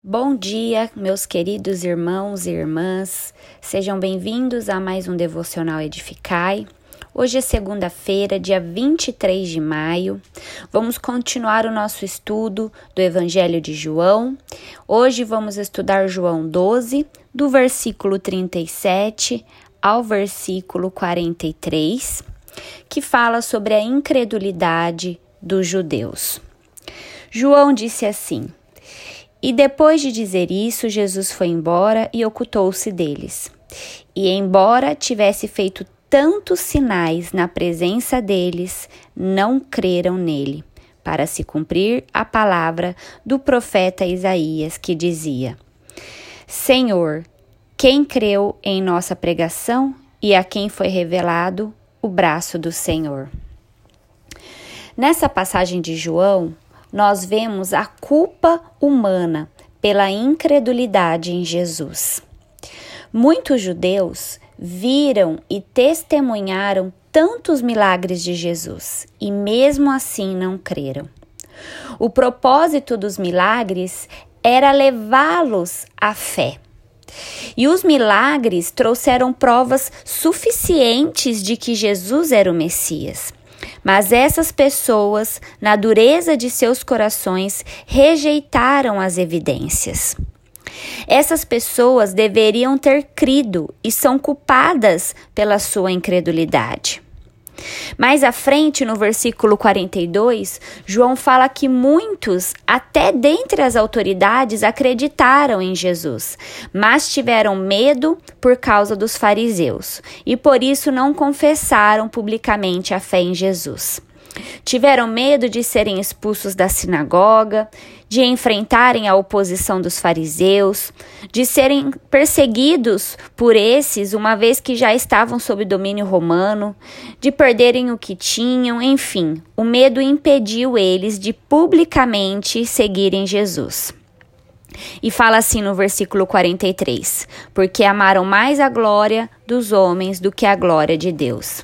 Bom dia, meus queridos irmãos e irmãs, sejam bem-vindos a mais um Devocional Edificai. Hoje é segunda-feira, dia 23 de maio, vamos continuar o nosso estudo do Evangelho de João. Hoje vamos estudar João 12, do versículo 37 ao versículo 43, que fala sobre a incredulidade dos judeus. João disse assim: E depois de dizer isso, Jesus foi embora e ocultou-se deles. E embora tivesse feito tantos sinais na presença deles, não creram nele, para se cumprir a palavra do profeta Isaías, que dizia: Senhor, quem creu em nossa pregação e a quem foi revelado o braço do Senhor? Nessa passagem de João, nós vemos a culpa humana pela incredulidade em Jesus. Muitos judeus viram e testemunharam tantos milagres de Jesus e mesmo assim não creram. O propósito dos milagres era levá-los à fé. E os milagres trouxeram provas suficientes de que Jesus era o Messias. Mas essas pessoas, na dureza de seus corações, rejeitaram as evidências. Essas pessoas deveriam ter crido e são culpadas pela sua incredulidade. Mais à frente, no versículo 42, João fala que muitos, até dentre as autoridades, acreditaram em Jesus, mas tiveram medo por causa dos fariseus e por isso não confessaram publicamente a fé em Jesus. Tiveram medo de serem expulsos da sinagoga, de enfrentarem a oposição dos fariseus, de serem perseguidos por esses, uma vez que já estavam sob domínio romano, de perderem o que tinham, enfim, o medo impediu eles de publicamente seguirem Jesus. E fala assim no versículo 43, porque amaram mais a glória dos homens do que a glória de Deus.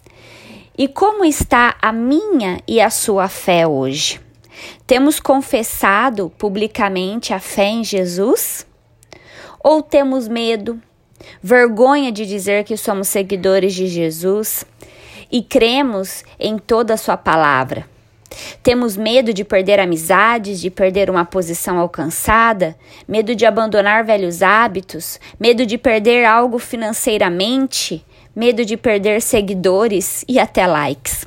E como está a minha e a sua fé hoje? Temos confessado publicamente a fé em Jesus? Ou temos medo, vergonha de dizer que somos seguidores de Jesus e cremos em toda a sua palavra? Temos medo de perder amizades, de perder uma posição alcançada, medo de abandonar velhos hábitos, medo de perder algo financeiramente, medo de perder seguidores e até likes.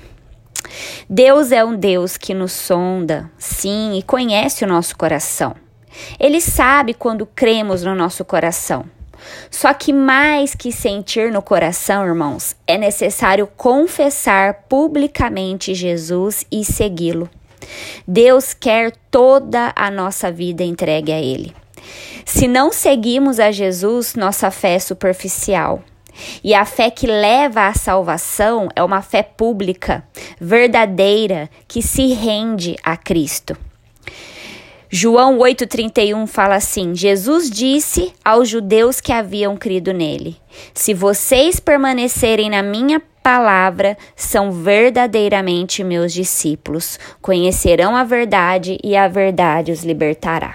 Deus é um Deus que nos sonda, sim, e conhece o nosso coração. Ele sabe quando cremos no nosso coração. Só que mais que sentir no coração, irmãos, é necessário confessar publicamente Jesus e segui-lo. Deus quer toda a nossa vida entregue a Ele. Se não seguimos a Jesus, nossa fé é superficial. E a fé que leva à salvação é uma fé pública, verdadeira, que se rende a Cristo. João 8,31 fala assim: Jesus disse aos judeus que haviam crido nele: Se vocês permanecerem na minha palavra, são verdadeiramente meus discípulos, conhecerão a verdade e a verdade os libertará.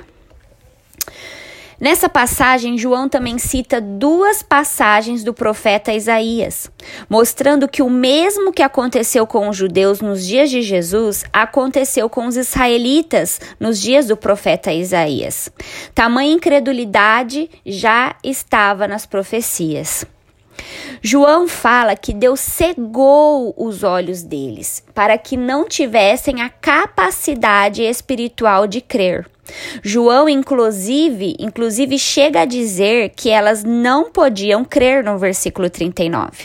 Nessa passagem, João também cita duas passagens do profeta Isaías, mostrando que o mesmo que aconteceu com os judeus nos dias de Jesus, aconteceu com os israelitas nos dias do profeta Isaías. Tamanha incredulidade já estava nas profecias. João fala que Deus cegou os olhos deles, para que não tivessem a capacidade espiritual de crer. João, inclusive chega a dizer que elas não podiam crer no versículo 39.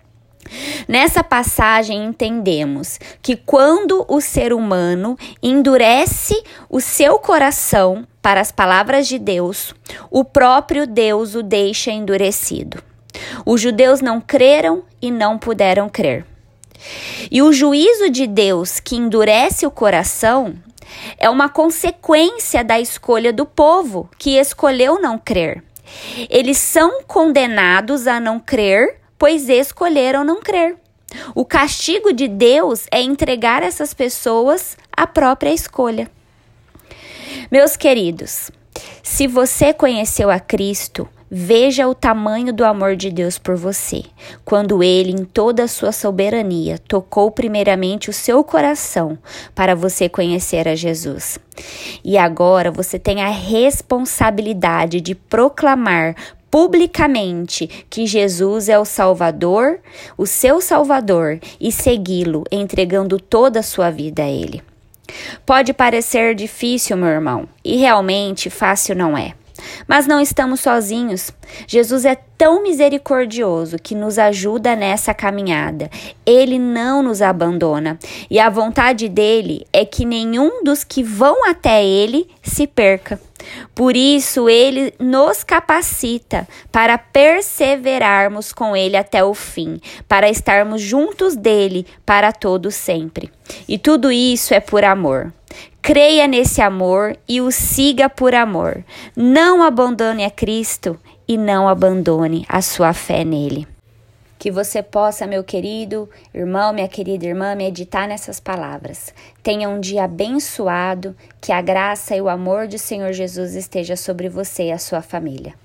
Nessa passagem entendemos que quando o ser humano endurece o seu coração para as palavras de Deus, o próprio Deus o deixa endurecido. Os judeus não creram e não puderam crer. E o juízo de Deus que endurece o coração é uma consequência da escolha do povo que escolheu não crer. Eles são condenados a não crer, pois escolheram não crer. O castigo de Deus é entregar essas pessoas à própria escolha. Meus queridos, Se você conheceu a Cristo, veja o tamanho do amor de Deus por você, quando Ele, em toda a sua soberania, tocou primeiramente o seu coração para você conhecer a Jesus. E agora você tem a responsabilidade de proclamar publicamente que Jesus é o Salvador, o seu Salvador, e segui-lo, entregando toda a sua vida a Ele. Pode parecer difícil, meu irmão, e realmente fácil não é. Mas não estamos sozinhos. Jesus é tão misericordioso que nos ajuda nessa caminhada. Ele não nos abandona. E a vontade dele é que nenhum dos que vão até ele se perca. Por isso, ele nos capacita para perseverarmos com ele até o fim, para estarmos juntos dele para todo sempre. E tudo isso é por amor. Creia nesse amor e o siga por amor. Não abandone a Cristo e não abandone a sua fé nele. Que você possa, meu querido irmão, minha querida irmã, meditar nessas palavras. Tenha um dia abençoado, que a graça e o amor do Senhor Jesus esteja sobre você e a sua família.